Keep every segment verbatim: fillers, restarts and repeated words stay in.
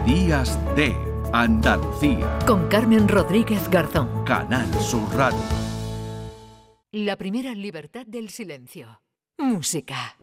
Días de Andalucía. Con Carmen Rodríguez Garzón. Canal Sur Radio. La primera libertad del silencio. Música.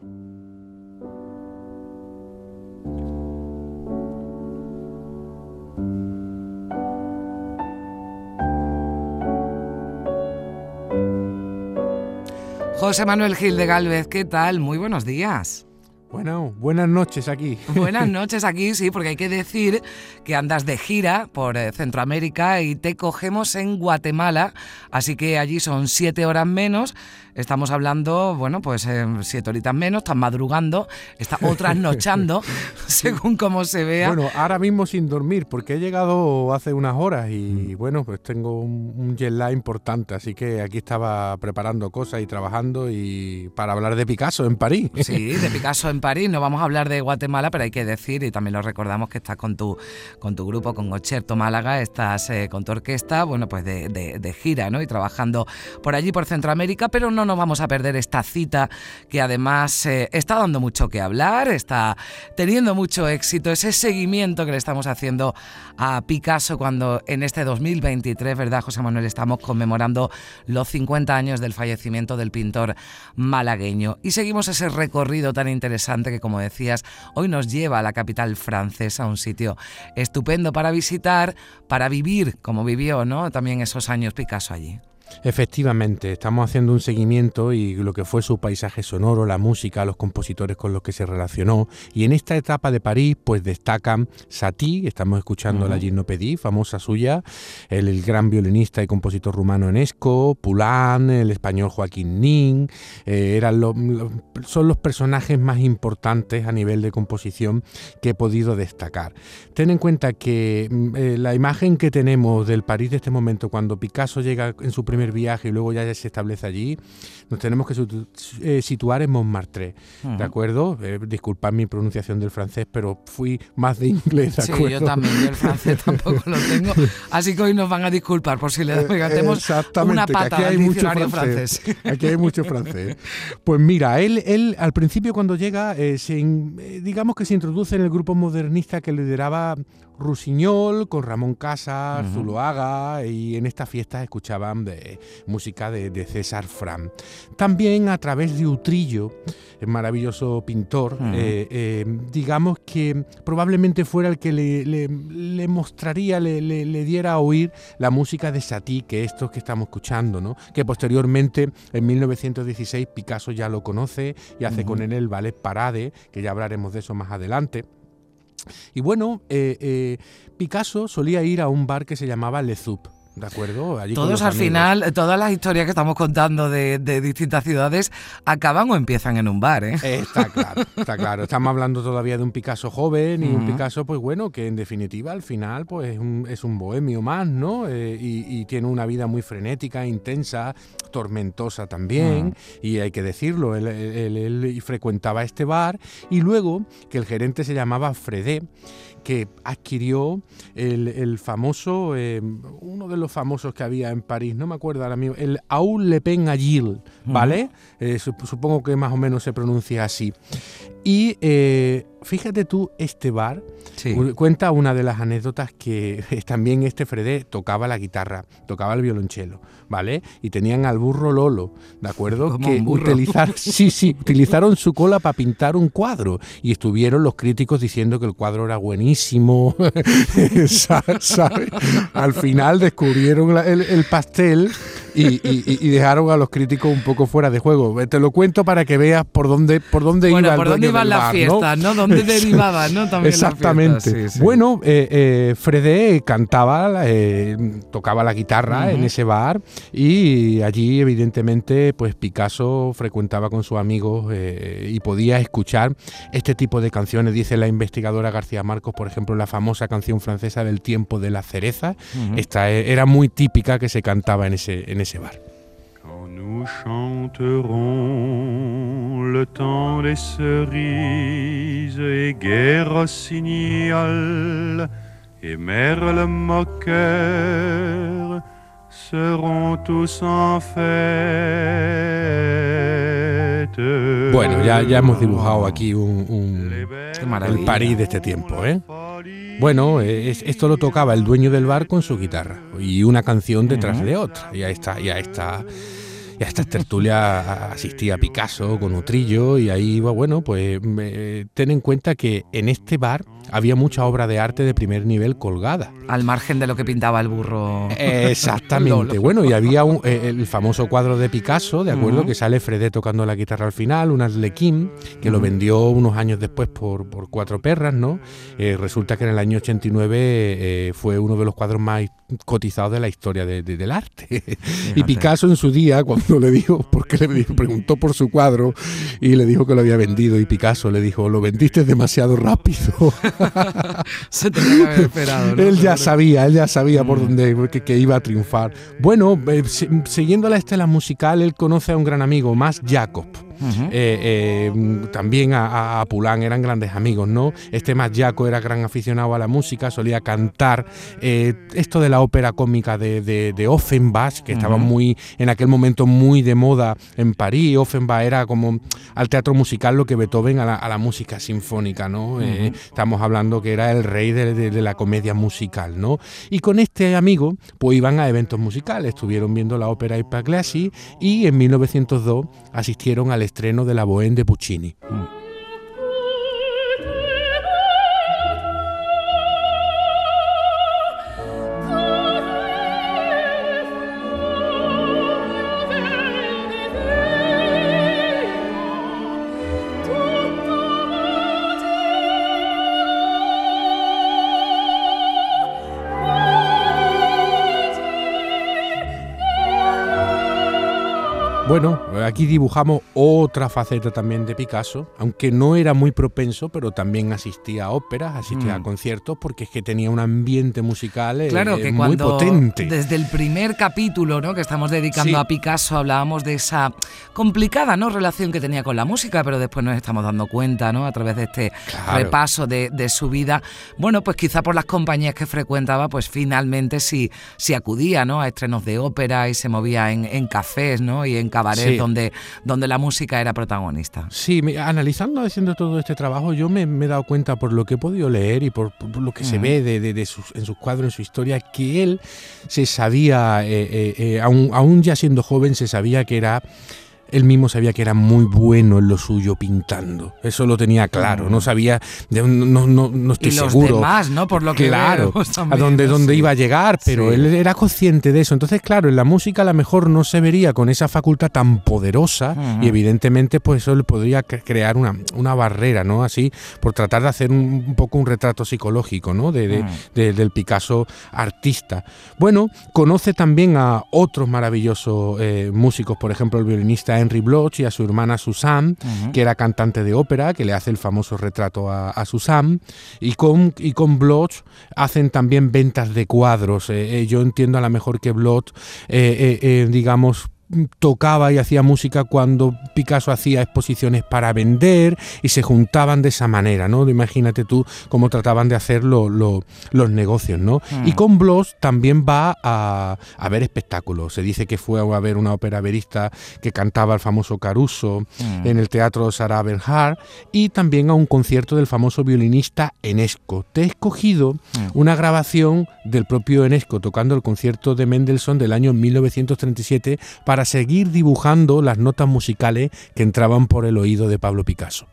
José Manuel Gil de Gálvez, ¿qué tal? Muy buenos días. Bueno, buenas noches aquí. Buenas noches aquí, sí, porque hay que decir que andas de gira por eh, Centroamérica y te cogemos en Guatemala, así que allí son siete horas menos. Estamos hablando, bueno, pues eh, siete horitas menos, estás madrugando, estás o trasnochando, según como se vea. Bueno, ahora mismo sin dormir, porque he llegado hace unas horas y bueno, pues tengo un, un jet lag importante, así que aquí estaba preparando cosas y trabajando y para hablar de Picasso en París. Sí, de Picasso en París. No vamos a hablar de Guatemala, pero hay que decir, y también lo recordamos, que estás con tu, con tu grupo, con Concerto Málaga, estás eh, con tu orquesta, bueno, pues de, de, de gira, ¿no? Y trabajando por allí, por Centroamérica, pero no No nos vamos a perder esta cita que además eh, está dando mucho que hablar, está teniendo mucho éxito, ese seguimiento que le estamos haciendo a Picasso cuando en este dos mil veintitrés, ¿verdad, José Manuel? Estamos conmemorando los cincuenta años del fallecimiento del pintor malagueño y seguimos ese recorrido tan interesante que, como decías, hoy nos lleva a la capital francesa, un sitio estupendo para visitar, para vivir como vivió, ¿no? También esos años Picasso allí. Efectivamente, estamos haciendo un seguimiento y lo que fue su paisaje sonoro, la música, los compositores con los que se relacionó. Y en esta etapa de París, pues destacan Satie, estamos escuchando uh-huh. la Gymnopédie, famosa suya, el, el gran violinista y compositor rumano Enesco, Poulenc, el español Joaquín Nin, eh, eran lo, lo, son los personajes más importantes a nivel de composición que he podido destacar. Ten en cuenta que eh, la imagen que tenemos del París de este momento, cuando Picasso llega en su primer viaje y luego ya se establece allí, nos tenemos que eh, situar en Montmartre, uh-huh. ¿de acuerdo? Eh, disculpad mi pronunciación del francés, pero fui más de inglés, ¿de acuerdo? Sí, yo también, yo el francés tampoco lo tengo, así que hoy nos van a disculpar por si le metemos eh, una pata al diccionario francés. francés. Aquí hay mucho francés. Pues mira, él, él al principio cuando llega, eh, se, eh, digamos que se introduce en el grupo modernista que lideraba Rusiñol, con Ramón Casas, uh-huh. Zuloaga, y en estas fiestas escuchaban de, música de, de César Fran. También a través de Utrillo, el maravilloso pintor, uh-huh. eh, eh, digamos que probablemente fuera el que le, le, le mostraría, le, le, le diera a oír la música de Satie, que estos que estamos escuchando, ¿no? Que posteriormente, en mil novecientos dieciséis, Picasso ya lo conoce y hace uh-huh. con él el ballet Parade, que ya hablaremos de eso más adelante. Y bueno, eh, eh, Picasso solía ir a un bar que se llamaba Le Soup, ¿de acuerdo? Allí todos al amigos. Final, todas las historias que estamos contando de, de distintas ciudades acaban o empiezan en un bar, ¿eh? Está claro, está claro. Estamos hablando todavía de un Picasso joven y uh-huh. un Picasso, pues bueno, que en definitiva al final pues es un, es un bohemio más, ¿no? Eh, y, y tiene una vida muy frenética, intensa, tormentosa también, uh-huh. y hay que decirlo, él, él, él, él frecuentaba este bar y luego que el gerente se llamaba Fredé, que adquirió el, el famoso, eh, uno de los famosos que había en París, no me acuerdo ahora mismo, el Aul Le Pen Agile, ¿vale? Uh-huh. Eh, supongo que más o menos se pronuncia así. Y eh, fíjate tú, este bar sí. cuenta una de las anécdotas que también este Fredé tocaba la guitarra, tocaba el violonchelo, ¿vale? Y tenían al burro Lolo, ¿de acuerdo? Como que un burro. Utilizar, sí, sí, utilizaron su cola para pintar un cuadro y estuvieron los críticos diciendo que el cuadro era buenísimo, ¿sabes? Al final descubrieron la, el, el pastel y, y, y dejaron a los críticos un poco fuera de juego. Te lo cuento para que veas por dónde, por dónde bueno, iba por el dónde iban las bar, fiestas, ¿no? ¿no? ¿Dónde derivaban, no? También exactamente. Las fiestas, sí, sí. Bueno, eh, eh, Fredé cantaba, eh, tocaba la guitarra uh-huh. en ese bar y allí evidentemente pues Picasso frecuentaba con sus amigos eh, y podía escuchar este tipo de canciones. Dice la investigadora García Marcos, por ejemplo, la famosa canción francesa del tiempo de la cereza. Uh-huh. Esta era muy típica que se cantaba en ese, en ese bar. Quand nous chanterons le temps des cerises et Gai Rossignol et Merle Moqueur seront tous en fête. Bueno, ya, ya hemos dibujado aquí un, un el París de este tiempo, ¿eh? Bueno, es, esto lo tocaba el dueño del bar con su guitarra y una canción detrás uh-huh. de otra. Y a esta, y a esta, y a esta tertulia asistía Picasso con Utrillo y ahí iba, bueno, pues eh, ten en cuenta que en este bar había mucha obra de arte de primer nivel colgada. Al margen de lo que pintaba el burro. Exactamente. Bueno, y había un, eh, el famoso cuadro de Picasso, ¿de acuerdo? Uh-huh. Que sale Fredé tocando la guitarra al final, un Arlequín, que uh-huh. lo vendió unos años después por, por cuatro perras, ¿no? Eh, resulta que en el año ochenta y nueve eh, fue uno de los cuadros más cotizados de la historia de, de, del arte. Y Picasso en su día, cuando le dijo, porque le dijo, preguntó por su cuadro y le dijo que lo había vendido, y Picasso le dijo, lo vendiste demasiado rápido. Se tenía que haber esperado, ¿no? Él ya sabía, él ya sabía mm. por dónde que, que iba a triunfar. Bueno, eh, siguiendo la estela musical, él conoce a un gran amigo, Mas Jacob. Uh-huh. eh, eh, también a, a Poulenc, eran grandes amigos, ¿no? Este Mas Jacob era gran aficionado a la música, solía cantar eh, esto de la ópera cómica de, de, de Offenbach, que uh-huh. estaba muy en aquel momento muy de moda en París. Offenbach era como al teatro musical lo que Beethoven a la, a la música sinfónica, ¿no? Uh-huh. Eh, estamos hablando que era el rey de, de, de la comedia musical, ¿no? Y con este amigo pues iban a eventos musicales, estuvieron viendo la ópera Ipagliacci y en mil novecientos dos asistieron al estreno de la Bohème de Puccini. Mm. Bueno, aquí dibujamos otra faceta también de Picasso, aunque no era muy propenso, pero también asistía a óperas, asistía mm. a conciertos, porque es que tenía un ambiente musical eh, claro, que muy cuando, potente. Desde el primer capítulo, ¿no?, que estamos dedicando sí. a Picasso, hablábamos de esa complicada, ¿no?, relación que tenía con la música, pero después nos estamos dando cuenta, ¿no?, a través de este claro. repaso de, de su vida. Bueno, pues quizá por las compañías que frecuentaba, pues finalmente sí, sí acudía, ¿no?, a estrenos de ópera y se movía en, en cafés, ¿no?, y en cabarets sí. donde, donde la música era protagonista. Sí, me, analizando, haciendo todo este trabajo, yo me, me he dado cuenta por lo que he podido leer y por, por lo que uh-huh. se ve de, de, de sus, en sus cuadros, en su historia, que él se sabía, eh, eh, eh, aún, aún ya siendo joven, se sabía que era... Él mismo sabía que era muy bueno en lo suyo pintando. Eso lo tenía claro. No sabía, no, no, no, no estoy y los seguro. Demás, ¿no? Por lo que claro, vemos también, a dónde, ¿no? dónde sí. iba a llegar, pero sí. él era consciente de eso. Entonces, claro, en la música a lo mejor no se vería con esa facultad tan poderosa uh-huh. y evidentemente pues eso le podría crear una, una barrera, ¿no? Así, por tratar de hacer un, un poco un retrato psicológico, ¿no? De, de, uh-huh. de, del Picasso artista. Bueno, conoce también a otros maravillosos eh, músicos, por ejemplo, el violinista Henry Bloch y a su hermana Suzanne, uh-huh. que era cantante de ópera, que le hace el famoso retrato a, a Suzanne, y con, y con Bloch hacen también ventas de cuadros. Eh, eh, yo entiendo a lo mejor que Bloch, eh, eh, eh, digamos, tocaba y hacía música cuando Picasso hacía exposiciones para vender y se juntaban de esa manera, ¿no? Imagínate tú cómo trataban de hacer lo, lo, los negocios, ¿no? Mm. Y con Bloch también va a, a ver espectáculos. Se dice que fue a ver una ópera verista que cantaba el famoso Caruso mm. en el Teatro Sarah Bernhardt y también a un concierto del famoso violinista Enesco. Te he escogido mm. una grabación del propio Enesco tocando el concierto de Mendelssohn del año mil novecientos treinta y siete para seguir dibujando las notas musicales que entraban por el oído de Pablo Picasso.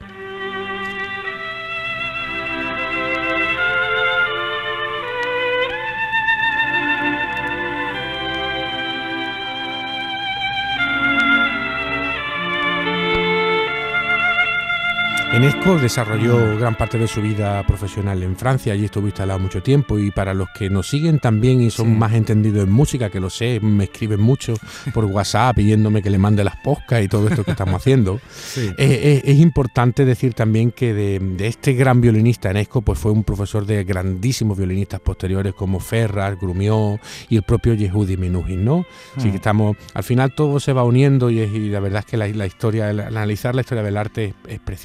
Enesco desarrolló gran parte de su vida profesional en Francia, allí estuvo instalado mucho tiempo y para los que nos siguen también y son sí. más entendidos en música, que lo sé, me escriben mucho por WhatsApp pidiéndome que le mande las podcasts y todo esto que estamos haciendo, sí. eh, eh, es importante decir también que de, de este gran violinista Enesco pues fue un profesor de grandísimos violinistas posteriores como Ferrat, Grumiaux y el propio Yehudi Menuhin, ¿no? Así mm. que estamos, al final todo se va uniendo y, es, y la verdad es que la, la historia, el, analizar la historia del arte es, es preciosa, ¿no?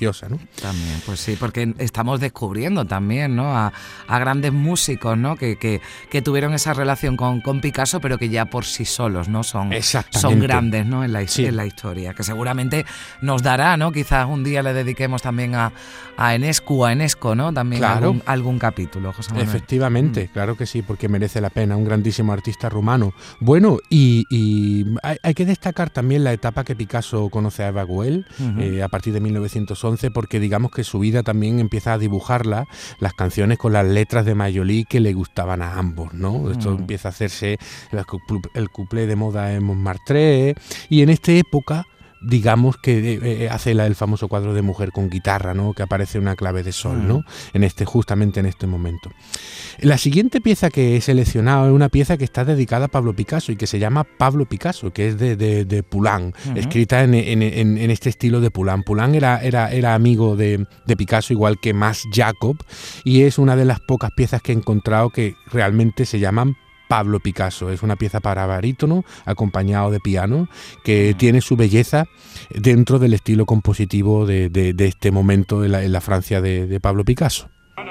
También, pues sí, porque estamos descubriendo también, ¿no? A, a grandes músicos, ¿no? Que, que, que tuvieron esa relación con, con Picasso, pero que ya por sí solos, ¿no? Son, son grandes, ¿no? En la, sí. en la historia, que seguramente nos dará, ¿no? Quizás un día le dediquemos también a, a Enescu, a Enesco, ¿no? También claro. algún, algún capítulo, José Manuel. Efectivamente, mm. claro que sí, porque merece la pena, un grandísimo artista rumano. Bueno, y, y hay, hay que destacar también la etapa que Picasso conoce a Eva Guel, uh-huh. eh, a partir de mil novecientos once, porque digamos que su vida también empieza a dibujarla, las canciones con las letras de Mayolí que le gustaban a ambos, ¿no? Esto uh-huh. empieza a hacerse el cuplé de moda en Montmartre, y en esta época digamos que eh, hace la, el famoso cuadro de Mujer con guitarra, ¿no? Que aparece una clave de sol, ¿no? En este, justamente en este momento. La siguiente pieza que he seleccionado es una pieza que está dedicada a Pablo Picasso y que se llama Pablo Picasso, que es de, de, de Poulenc, uh-huh. escrita en, en, en, en este estilo de Poulenc. Poulenc era, era, era amigo de, de Picasso, igual que Mas Jacob, y es una de las pocas piezas que he encontrado que realmente se llaman Pablo Picasso. Es una pieza para barítono acompañado de piano que tiene su belleza dentro del estilo compositivo de, de, de este momento en la, en la Francia de, de Pablo Picasso.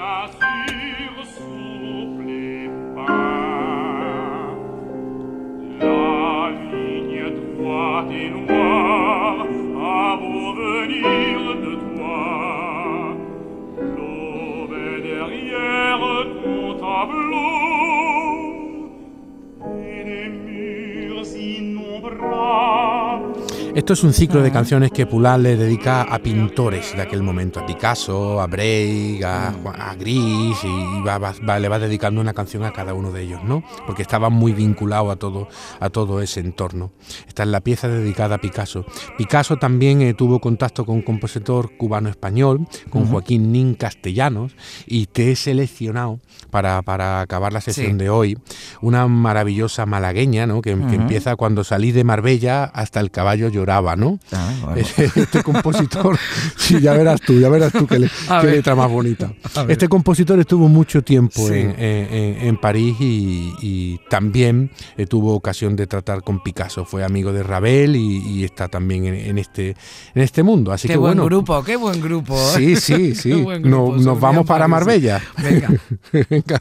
Esto es un ciclo de canciones que Poulenc le dedica a pintores de aquel momento, a Picasso, a Breil, a, a Gris, y va, va, le va dedicando una canción a cada uno de ellos, ¿no? Porque estaba muy vinculado a todo, a todo ese entorno. Esta es la pieza dedicada a Picasso. Picasso también eh, tuvo contacto con un compositor cubano-español, con uh-huh. Joaquín Nin Castellanos, y te he seleccionado para, para acabar la sesión sí. de hoy una maravillosa malagueña, ¿no? Que, uh-huh. que empieza cuando salí de Marbella hasta el caballo lloraba, ¿no? Ah, bueno. Este compositor, sí, ya verás tú, ya verás tú qué, le, qué letra más bonita. Este compositor estuvo mucho tiempo sí. en, en, en París y, y también eh, tuvo ocasión de tratar con Picasso. Fue amigo de Ravel y, y está también en, en este en este mundo. Así qué que buen bueno. grupo, qué buen grupo. Sí, sí, sí. Grupo, no, nos vamos para Marbella. Venga. Venga.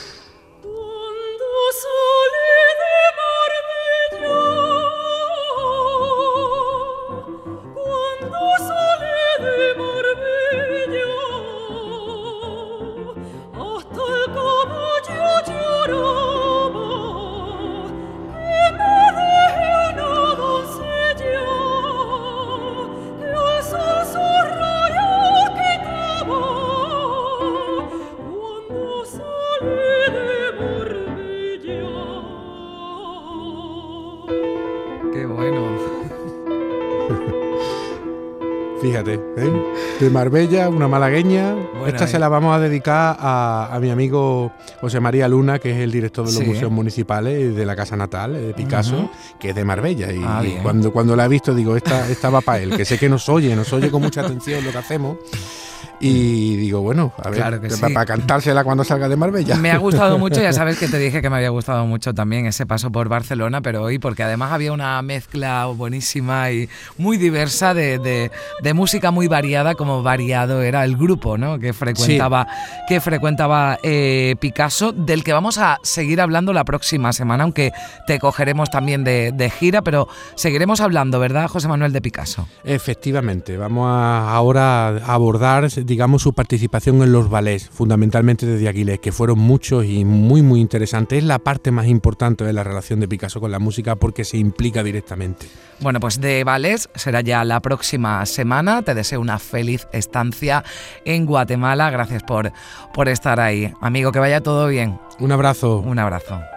Fíjate, ¿eh? De Marbella, una malagueña. Bueno, Esta eh. se la vamos a dedicar a, a mi amigo José María Luna, que es el director de los sí. museos municipales de la casa natal de Picasso, uh-huh. que es de Marbella. Y, ah, y cuando, cuando la he visto digo, esta, esta va para él, que sé que nos oye, nos oye con mucha atención lo que hacemos. Y digo, bueno, a ver, claro que sí. para cantársela cuando salga de Marbella. Me ha gustado mucho, ya sabes que te dije que me había gustado mucho también ese paso por Barcelona, pero hoy porque además había una mezcla buenísima y muy diversa de, de, de música muy variada, como variado era el grupo, ¿no? Que frecuentaba, sí. que frecuentaba eh, Picasso, del que vamos a seguir hablando la próxima semana, aunque te cogeremos también de, de gira, pero seguiremos hablando, ¿verdad, José Manuel, de Picasso? Efectivamente, vamos a, ahora a abordar, digamos, su participación en los ballets, fundamentalmente de Diaghilev, que fueron muchos y muy, muy interesantes. Es la parte más importante de la relación de Picasso con la música porque se implica directamente. Bueno, pues de ballets será ya la próxima semana. Te deseo una feliz estancia en Guatemala. Gracias por, por estar ahí. Amigo, que vaya todo bien. Un abrazo. Un abrazo.